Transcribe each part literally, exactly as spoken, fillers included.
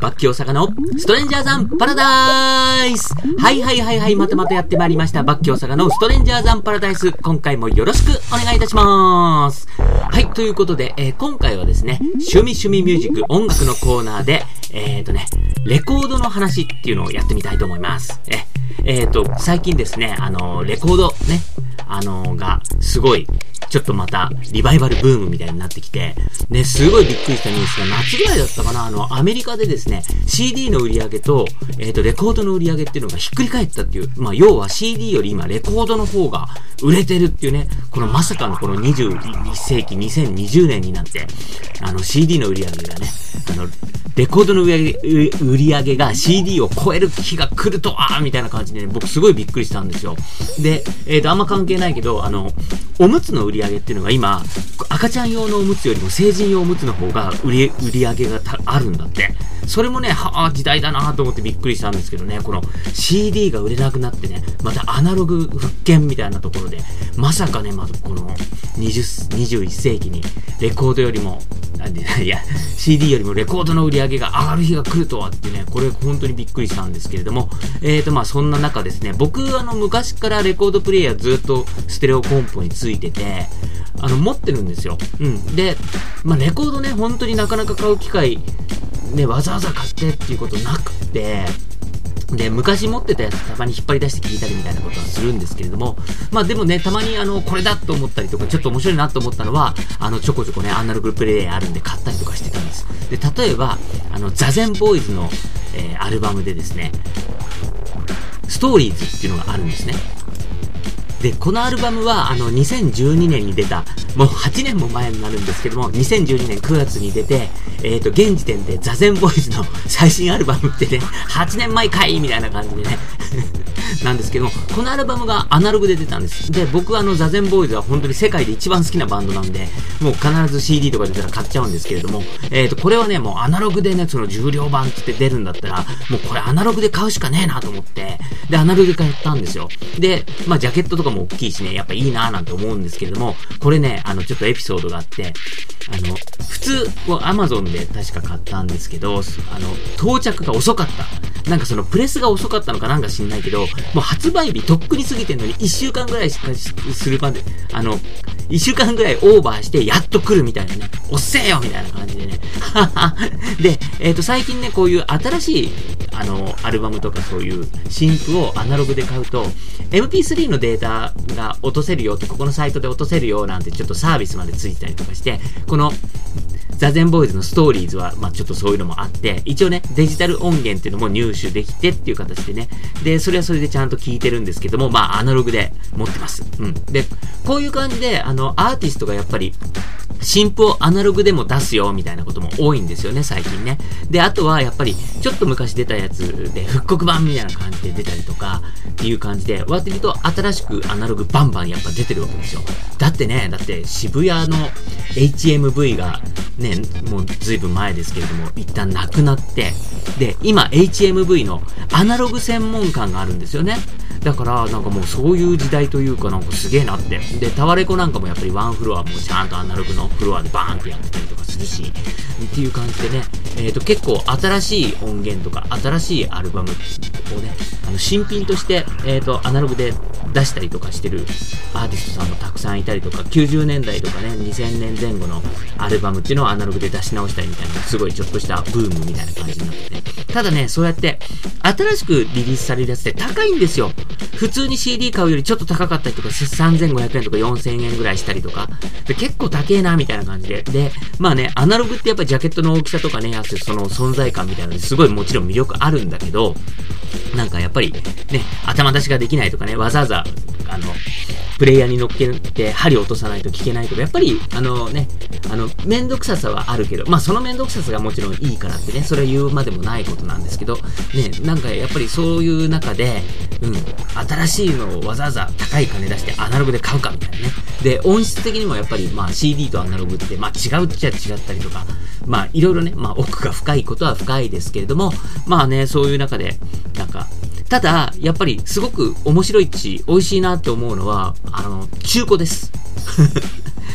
バッキー大阪のストレンジャーザンパラダイス。はいはいはいはい、またまたやってまいりました。バッキー大阪のストレンジャーザンパラダイス。今回もよろしくお願いいたします。はい、ということで、えー、今回はですね、趣味趣味ミュージック音楽のコーナーで、えーとね、レコードの話っていうのをやってみたいと思います。え、えーと、最近ですね、あの、レコードね、あのが、すごい、ちょっとまた、リバイバルブームみたいになってきて、ね、すごいびっくりしたニュースが、夏ぐらいだったかな、あの、アメリカでですね、シーディー の売り上げと、えっと、レコードの売り上げっていうのがひっくり返ったっていう、まあ、要は シーディー より今、レコードの方が売れてるっていうね、このまさかのこのにじゅういっせいき、にせんにじゅうねんになって、あの、シーディー の売り上げがね、あの、レコードの売り上げ、売り上げが シーディー を超える日が来るとは、みたいな感じでね、僕すごいびっくりしたんですよ。で、えっと、あんま関係ないけど、あの、おむつの売り上げっていうのが今、赤ちゃん用のおむつよりも成人用おむつの方が売り、売り上げがあるんだって。それもね、はあ、時代だなと思ってびっくりしたんですけどね、この シーディー が売れなくなってね、またアナログ復権みたいなところで、まさかね、まずこのにじゅう、にじゅういっせいきにレコードよりも、いや、シーディー よりもレコードの売り上げが上がる日が来るとはってね、これ本当にびっくりしたんですけれども、えーとまあそんな中ですね、僕あの昔からレコードプレイヤーずっとステレオコンポについてて、あの持ってるんですよ。うん。で、まあレコードね、本当になかなか買う機会、ね、わざわざ買ってっていうことなくて、で、昔持ってたやつたまに引っ張り出して聞いたりみたいなことはするんですけれども、まあでもね、たまにあの、これだと思ったりとか、ちょっと面白いなと思ったのは、あの、ちょこちょこね、アナログプレイヤーあるんで買ったりとかしてたんです。で、例えば、あの、ザゼンボーイズの、えー、アルバムでですね、ストーリーズっていうのがあるんですね。で、このアルバムは、あの、にせんじゅうにねんに出た、もうはちねんも前になるんですけども、にせんじゅうにねんくがつに出て、えっと、現時点でザゼンボーイズの最新アルバムってね、はちねんまえかいみたいな感じでね、なんですけども、このアルバムがアナログで出たんです。で、僕はあの、ザゼンボーイズは本当に世界で一番好きなバンドなんで、もう必ず シーディー とか出たら買っちゃうんですけれども、えっと、これはね、もうアナログでね、その重量版って出るんだったら、もうこれアナログで買うしかねえなと思って、で、アナログで買ったんですよ。で、まあ、ジャケットとかも大きいしね、やっぱいいなぁなんて思うんですけれども、これね、あの、ちょっとエピソードがあって、あの、普通、アマゾンで確か買ったんですけど、あの、到着が遅かった。なんかそのプレスが遅かったのかなんか知んないけど、もう発売日とっくに過ぎてんのにいっしゅうかんぐらいしかするまで、あの、いっしゅうかんぐらいオーバーしてやっと来るみたいなね、おっせえよみたいな感じでね。で、えっと、最近ね、こういう新しい、あの、アルバムとかそういう新譜をアナログで買うと、エムピースリー のデータが落とせるよって、ここのサイトで落とせるよなんてちょっとサービスまでついてたりとかして、この、ザゼンボーイズのストーリーズは、まあちょっとそういうのもあって、一応ね、デジタル音源っていうのも入手できてっていう形でね、で、それはそれでちゃんと聞いてるんですけども、まあアナログで持ってます。うん。で、こういう感じで、あの、アーティストがやっぱり、新譜をアナログでも出すよ、みたいなことも多いんですよね、最近ね。で、あとは、やっぱり、ちょっと昔出たやつで、復刻版みたいな感じで出たりとか、っていう感じで、割と新しくアナログバンバンやっぱ出てるわけですよ。だってね、だって渋谷の エイチエムブイ が、ね、もうずいぶん前ですけれども、一旦なくなって、で、今 エイチエムブイ のアナログ専門館があるんですよね。だから、なんかもうそういう時代というかなんかすげえなって。で、タワレコなんかもやっぱりワンフロアもちゃんとアナログのフロアでバーンってやってたりとかするし、っていう感じでね、えっと、結構新しい音源とか新しいアルバムをね、あの、新品として、えっと、アナログで出したりとかしてるアーティストさんもたくさんいたりとか、きゅうじゅうねんだいとかね、にせんねんぜん後のアルバムっていうのをアナログで出し直したりみたいな、すごいちょっとしたブームみたいな感じになってて。ただね、そうやって、新しくリリースされるやつって高いんですよ。普通に シーディー 買うよりちょっと高かったりとか、さんぜんごひゃくえんとかよんせんえんぐらいしたりとか、で結構高えな、みたいな感じで。で、まあね、アナログってやっぱりジャケットの大きさとかね、やつ、その存在感みたいなのですごいもちろん魅力あるんだけど、なんかやっぱりね、頭出しができないとかね、わざわざ、あの、プレイヤーに乗っけて針を落とさないと聞けないとか、やっぱり、あのね、あの、めんどくささはあるけど、まあそのめんどくささがもちろんいいからってね、それは言うまでもないことなんですけど、ね、なんかやっぱりそういう中で、うん、新しいのをわざわざ高い金出してアナログで買うかみたいなね。で、音質的にもやっぱり、まあ シーディー とアナログって、まあ違うっちゃ違ったりとか、まあいろいろね、まあ奥が深いことは深いですけれども、まあね、そういう中で、なんか、ただ、やっぱりすごく面白いし、美味しいなって思うのは、あの、中古です。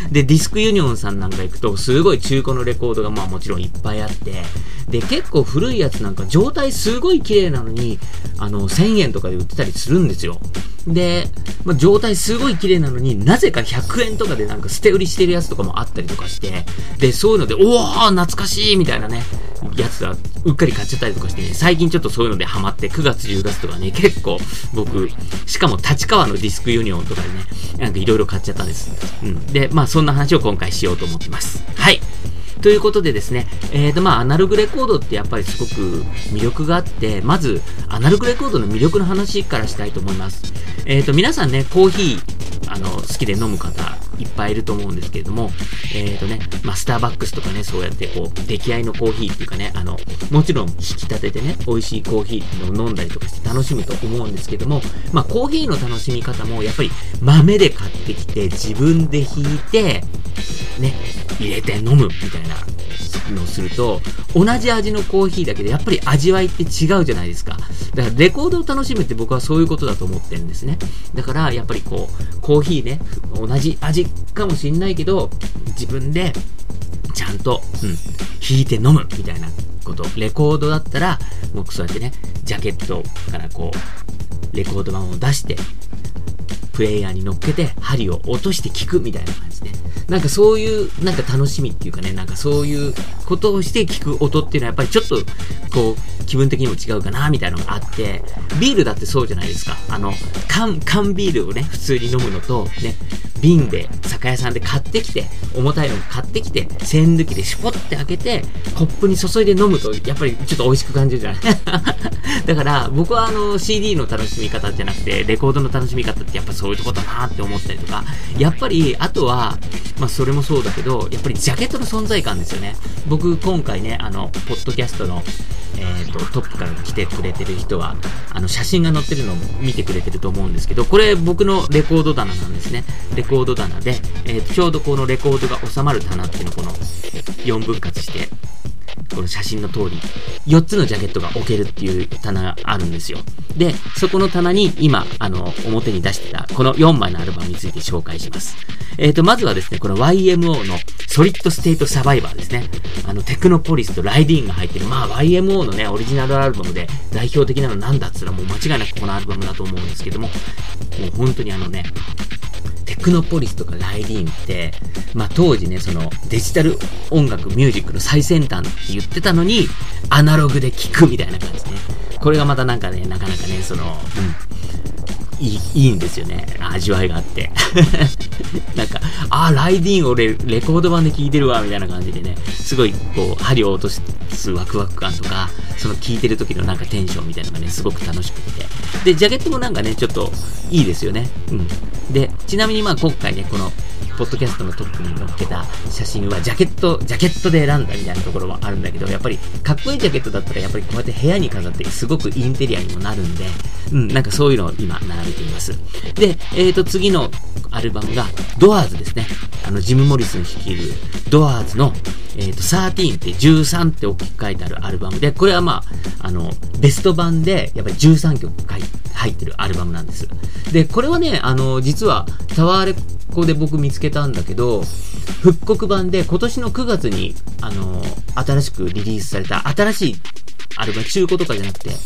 で、ディスクユニオンさんなんか行くと、すごい中古のレコードがまあもちろんいっぱいあって、で、結構古いやつなんか状態すごい綺麗なのに、あの、せんえんとかで売ってたりするんですよ。で、まあ、状態すごい綺麗なのになぜかひゃくえんとかでなんか捨て売りしてるやつとかもあったりとかして、で、そういうので、おー懐かしいみたいなね、やつはうっかり買っちゃったりとかしてね、最近ちょっとそういうのでハマって、くがつじゅうがつとかね、結構僕、しかも立川のディスクユニオンとかでね、なんかいろいろ買っちゃったんです。うん。で、まあそんな話を今回しようと思ってます。はい。ということでですね、えーとまあアナログレコードってやっぱりすごく魅力があって、まずアナログレコードの魅力の話からしたいと思います。えーと皆さんね、コーヒーあの好きで飲む方いっぱいいると思うんですけれども、えーとね、まあスターバックスとかね、そうやってこう出来合いのコーヒーっていうかね、あのもちろん引き立ててね、美味しいコーヒーっていうのを飲んだりとかして楽しむと思うんですけども、まあコーヒーの楽しみ方もやっぱり豆で買ってきて自分でひいてね、入れて飲むみたいなのをすると、同じ味のコーヒーだけどやっぱり味わいって違うじゃないですか。だからレコードを楽しむって僕はそういうことだと思ってるんですね。だからやっぱりこうコーヒーね、同じ味かもしんないけど自分でちゃんと、うん、弾いて飲むみたいなこと。レコードだったら僕そうやってね、ジャケットからこうレコード盤を出してプレイヤーに乗っけて針を落として聞くみたいな感じで、なんかそういうなんか楽しみっていうかね、なんかそういうことをして聞く音っていうのはやっぱりちょっとこう気分的にも違うかなみたいなのがあって、ビールだってそうじゃないですか。あの缶缶ビールをね普通に飲むのとね、瓶で酒屋さんで買ってきて重たいの買ってきて栓抜きでシュポって開けてコップに注いで飲むとやっぱりちょっと美味しく感じるじゃないだから僕はあの シーディー の楽しみ方じゃなくてレコードの楽しみ方ってやっぱそういうとこだなって思ったりとか、やっぱりあとはまあそれもそうだけどやっぱりジャケットの存在感ですよね。僕今回ね、あのポッドキャストのえーとトップから来てくれてる人はあの写真が載ってるのを見てくれてると思うんですけど、これ僕のレコード棚なんですね。レコード棚で、えーとちょうどこのレコードが収まる棚っていうのをこのよんぶん割してこの写真の通りよっつのジャケットが置けるっていう棚があるんですよ。でそこの棚に今あの表に出してたこのよんまいのアルバムについて紹介します。えーとまずはですね、この ワイエムオー のソリッドステートサバイバーですね。あのテクノポリスとライディーンが入ってる、まあ ワイエムオー のねオリジナルアルバムで代表的なのなんだっつったらもう間違いなくこのアルバムだと思うんですけども、もう本当にあのねテクノポリスとかライディーンって、まあ当時ね、そのデジタル音楽、ミュージックの最先端って言ってたのに、アナログで聴くみたいな感じね。これがまたなんかね、なかなかね、その、うん、いい、いいんですよね。味わいがあって。なんか、あー、ライディーン俺、レコード版で聴いてるわ、みたいな感じでね、すごい、こう、針を落とすワクワク感とか、その聴いてる時のなんかテンションみたいなのがね、すごく楽しくて。で、ジャケットもなんかね、ちょっといいですよね。うん。で、ちなみにまあ今回ね、この、ポッドキャストのトップに載っけた写真は、ジャケット、ジャケットで選んだみたいなところもあるんだけど、やっぱり、かっこいいジャケットだったら、やっぱりこうやって部屋に飾って、すごくインテリアにもなるんで、うん、なんかそういうのを今、並べています。で、えーと、次のアルバムが、ドアーズですね。あの、ジム・モリスン率いる、ドアーズの、えーと、じゅうさんってじゅうさんって大きく書いてあるアルバムで、これはまあ、あの、ベスト版で、やっぱりじゅうさんきょく入ってるアルバムなんです。で、これはね、あの、実は、タワーレコで僕見つけたんだけど、復刻版で今年のくがつに、あの、新しくリリースされた新しいアルバム、中古とかじゃなくて、うん、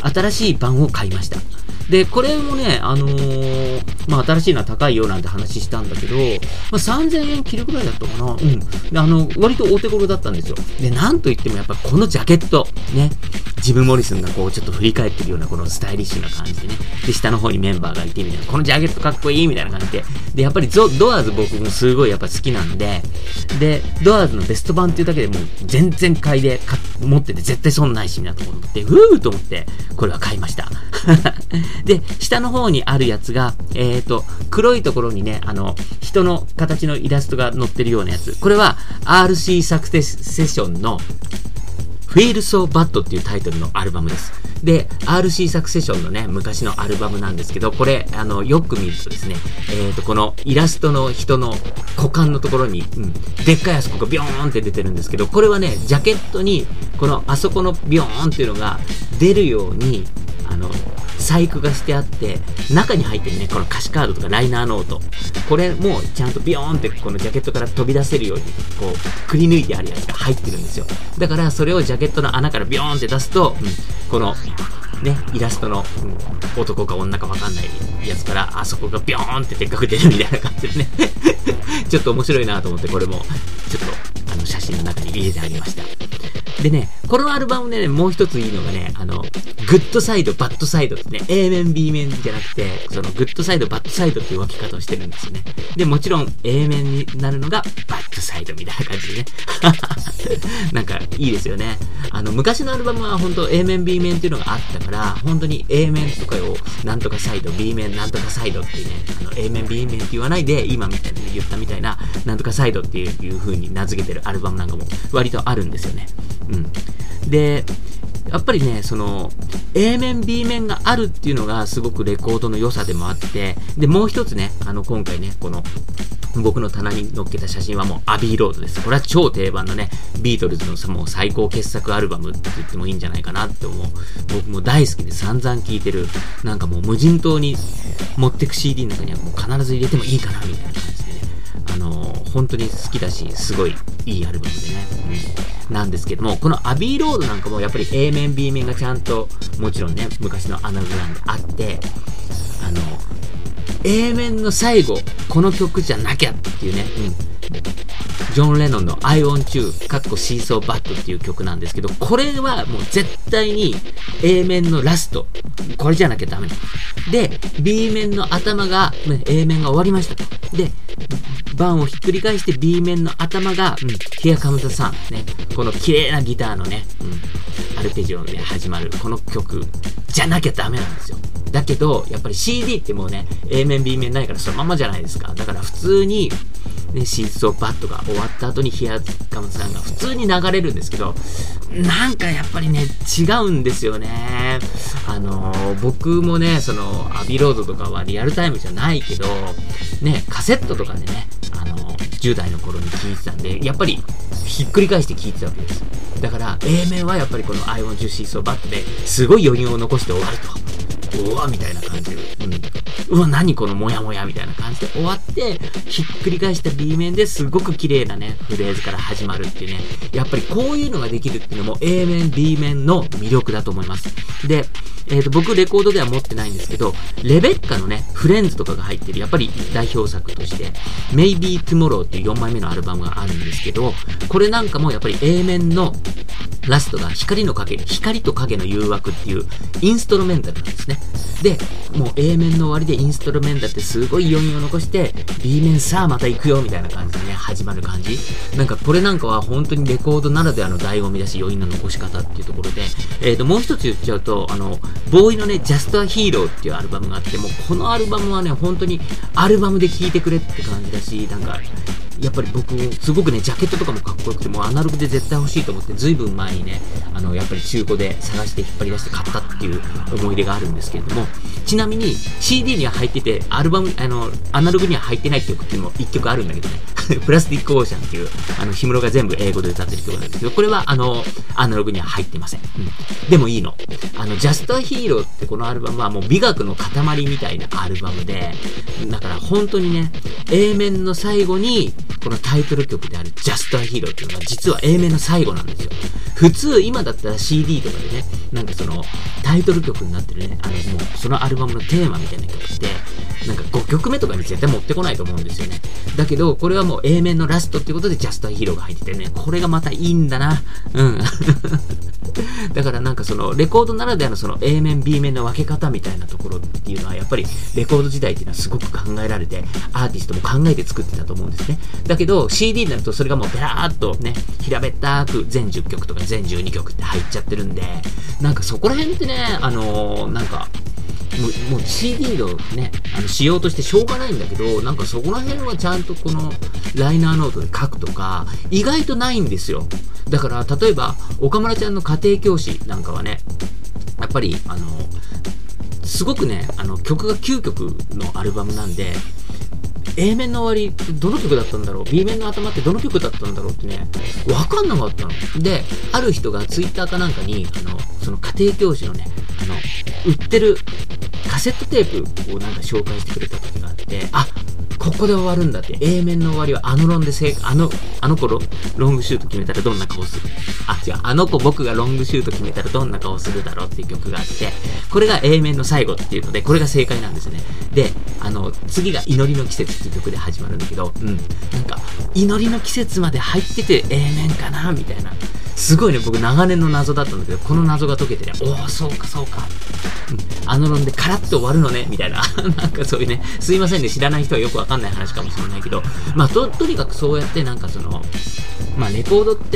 新しい版を買いました。で、これもね、あのー、まあ、新しいのは高いよなんて話したんだけど、まあ、さんぜんえん切るくらいだったかな。うん。で、あの、割とお手頃だったんですよ。で、なんといってもやっぱこのジャケット、ね、ジム・モリスンがこう、ちょっと振り返ってるようなこのスタイリッシュな感じでね。で、下の方にメンバーがいてみたいな、このジャケットかっこいいみたいな感じで。で、やっぱりドアーズ僕もすごいやっぱ好きなんで、で、ドアーズのベスト版っていうだけでもう全然買いでか持ってて絶対損ないしなと思って、うーと思って、これは買いました。で、下の方にあるやつが、えーと、黒いところにね、あの、人の形のイラストが載ってるようなやつ。これは アールシー サクセッションの Feel So Bad っていうタイトルのアルバムです。で、アールシー サクセッションのね、昔のアルバムなんですけど、これ、あの、よく見るとですね、えーと、このイラストの人の股間のところに、うん、でっかいあそこがビョーンって出てるんですけど、これはね、ジャケットに、このあそこのビョーンっていうのが出るように、あの、 細工がしてあって、中に入ってるね、この歌詞カードとかライナーノート。これもちゃんとビヨーンってこのジャケットから飛び出せるように、こう、くり抜いてあるやつが入ってるんですよ。だからそれをジャケットの穴からビヨーンって出すと、うん、この、ね、イラストの、うん、男か女かわかんないやつから、あそこがビヨーンってでっかく出るみたいな感じでね。ちょっと面白いなと思って、これも、ちょっと、あの、写真の中に入れてあげました。でね、このアルバムでね、もう一ついいのがね、あの、グッドサイド、バッドサイドってね、A 面、B 面じゃなくて、そのグッドサイド、バッドサイドっていう分け方をしてるんですよね。で、もちろん A 面になるのがバッドサイドみたいな感じでね。なんか、いいですよね。あの、昔のアルバムは本当 A 面、B 面っていうのがあったから、本当に A 面とかをなんとかサイド、B 面、なんとかサイドっていうね、あの、A 面、B 面って言わないで、今みたいに言ったみたいな、なんとかサイドっていういう風に名付けてるアルバムなんかも割とあるんですよね。うん。で、やっぱりね、その A 面 B 面があるっていうのがすごくレコードの良さでもあって、でもう一つね、あの今回ね、この僕の棚に載っけた写真はもうアビーロードです。これは超定番のね、ビートルズのもう最高傑作アルバムって言ってもいいんじゃないかなって思う。僕も大好きで散々聴いてる、なんかもう無人島に持ってく シーディー の中にはもう必ず入れてもいいかなみたいな感じでね、あのー、本当に好きだし、すごいいいアルバムでね、うん、なんですけども、このアビーロードなんかもやっぱり A 面 B 面がちゃんともちろんね、昔のアナログなんであって、あの A 面の最後この曲じゃなきゃっていうね、うん、ジョン・レノンの I Want You かっこ She's So Bad っていう曲なんですけど、これはもう絶対に A 面のラスト、これじゃなきゃダメで、 B 面の頭が、ね、A 面が終わりましたと。で盤をひっくり返して B 面の頭が、うん、Here Comes the Sun ね、この綺麗なギターのね、うん、アルペジオで始まるこの曲じゃなきゃダメなんですよ。だけどやっぱり シーディー ってもうね A 面 B 面ないからそのままじゃないですか。だから普通にね、シーソーバットが終わった後にヒアカムさんが普通に流れるんですけど、なんかやっぱりね違うんですよね。あのー、僕もねそのアビロードとかはリアルタイムじゃないけどね、カセットとかでね、あのー、じゅう代の頃に聴いてたんで、やっぱりひっくり返して聴いてたわけです。だから A 面はやっぱりこの I Want You See So Bad ですごい余韻を残して終わると、うわみたいな感じで、うん、うわ何このモヤモヤみたいな感じで終わって、ひっくり返した B 面ですごく綺麗なねフレーズから始まるっていうね、やっぱりこういうのができるっていうのも A 面 B 面の魅力だと思います。で、えーと僕レコードでは持ってないんですけど、レベッカのねフレンズとかが入ってるやっぱり代表作として Maybe Tomorrow っていうよんまいめのアルバムがあるんですけど、これなんかもやっぱり A 面のラストが光の影、光と影の誘惑っていうインストルメンタルなんですね。で、もう A 面の終わりでインストルメンタルってすごい余韻を残して B 面さあまた行くよみたいな感じでね始まる感じ。なんかこれなんかは本当にレコードならではの醍醐味だし余韻の残し方っていうところで、えーともう一つ言っちゃうと、あのボーイのね Just a Hero っていうアルバムがあって、もうこのアルバムはね本当にアルバムで聴いてくれって感じだし、なんかやっぱり僕すごくねジャケットとかもかっこよくて、もうアナログで絶対欲しいと思ってずいぶん前にね、あのやっぱり中古で探して引っ張り出して買ったっていう思い出があるんですけれども、ちなみに シーディー には入っててアルバムあのアナログには入ってない曲っていうのもいっきょくあるんだけどねプラスティックオーシャンっていうあの氷室が全部英語で歌ってる曲なんですけど、これはあのアナログには入ってません、うん、でもいいの。あの Just a Hero ってこのアルバムはもう美学の塊みたいなアルバムで、だから本当にね A 面の最後にこのタイトル曲である Just a Hero っていうのが実は A 面の最後なんですよ。普通今だったら シーディー とかでね、なんかそのタイトル曲になってるね、あのもうそのアルバムのテーマみたいな曲ってなんかごきょくめとかに絶対持ってこないと思うんですよね。だけどこれはもう A 面のラストっていうことで Just a Hero が入っててね、これがまたいいんだな。うんだからなんかそのレコードならではのその A 面 B 面の分け方みたいなところっていうのはやっぱりレコード時代っていうのはすごく考えられて、アーティストも考えて作ってたと思うんですね。だけど シーディー になるとそれがもうペラーっとね平べったく全じゅっきょくとか全じゅうにきょくって入っちゃってるんで、なんかそこら辺ってね、あのー、なんかもう、もう シーディー のね、あの仕様としてしょうがないんだけど、なんかそこら辺はちゃんとこのライナーノートで書くとか意外とないんですよ。だから例えば岡村ちゃんの家庭教師なんかはね、やっぱりあのすごくね、あの曲がきゅうきょくのアルバムなんで、A 面の終わりどの曲だったんだろう、 B 面の頭ってどの曲だったんだろうってね分かんなかったので、ある人がツイッターかなんかにあのその家庭教師のね、あの売ってるカセットテープをなんか紹介してくれた時があって、あ、ここで終わるんだって、 A 面の終わりはあのロンでせあのあの頃ロングシュート決めたらどんな顔する、あ違うあの子僕がロングシュート決めたらどんな顔するだろうっていう曲があって、これが A 面の最後っていうので、これが正解なんですよね。で、あの次が祈りの季節っていう曲で始まるんだけど、うん、なんか祈りの季節まで入ってて A 面かなみたいな、すごいね、僕長年の謎だったんだけど、この謎が解けてね、おおそうかそうか、うん、あの論でカラッと終わるのねみたいななんかそういうね、すいませんね、知らない人はよくわかんない話かもしれないけど、まあ と, とにかくそうやってなんかそのまあレコードって、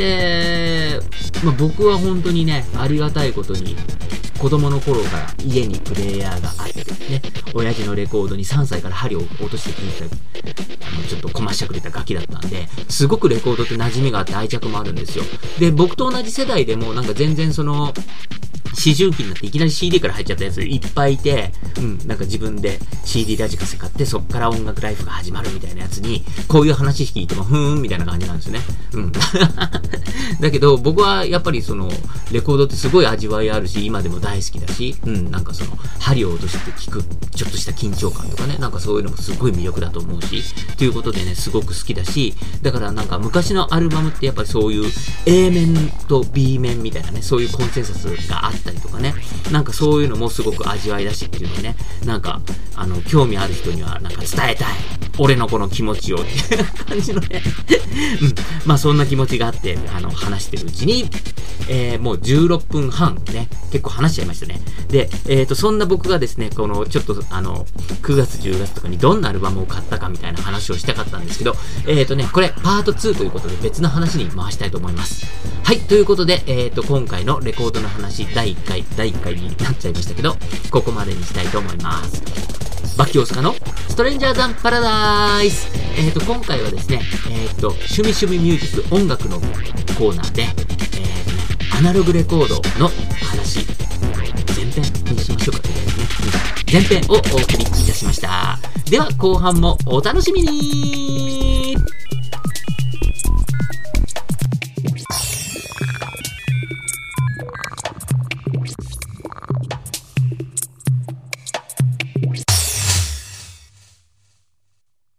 まあ、僕は本当にね、ありがたいことに子供の頃から家にプレイヤーがあってね、親父のレコードにさんさいから針を落としてくれた、あのちょっとこましゃくれたガキだったんで、すごくレコードって馴染みがあって愛着もあるんですよ。で、僕と同じ世代でもなんか全然その思春期になっていきなり シーディー から入っちゃったやついっぱいいて、うん、なんか自分で シーディー ラジカセ買ってそっから音楽ライフが始まるみたいなやつに、こういう話聞いてもふーんみたいな感じなんですよね。うん。だけど僕はやっぱりそのレコードってすごい味わいあるし、今でも大好きだし、うん、なんかその針を落として聞くちょっとした緊張感とかね、なんかそういうのもすごい魅力だと思うし、ということでね、すごく好きだし、だからなんか昔のアルバムってやっぱりそういう A 面と B 面みたいなね、そういうコンセンサスがあったりとかね、なんかそういうのもすごく味わいだしっていうのをね、なんかあの興味ある人にはなんか伝えたい、俺のこの気持ちをっていう感じのね、うん、まあそんな気持ちがあってあの話してるうちに、えー、もうじゅうろっぷんはんね、結構話しちゃいましたね。で、えっとそんな僕がですね、このちょっとあのくがつじゅうがつとかにどんなアルバムを買ったかみたいな話をしたかったんですけど、えっとねこれパートツーということで別の話に回したいと思います。はい、ということで、えっと今回のレコードの話だいいっかいだいいっかいになっちゃいましたけど、ここまでにしたいと思います。バッキー大阪のストレンジャーザンパラダイス。えっと今回はですね、えっと趣味趣味ミュージック音楽のコーナーで、えっとねアナログレコードの話前編にしましょうかというですね、前編をお送りいたしました。では後半もお楽しみに。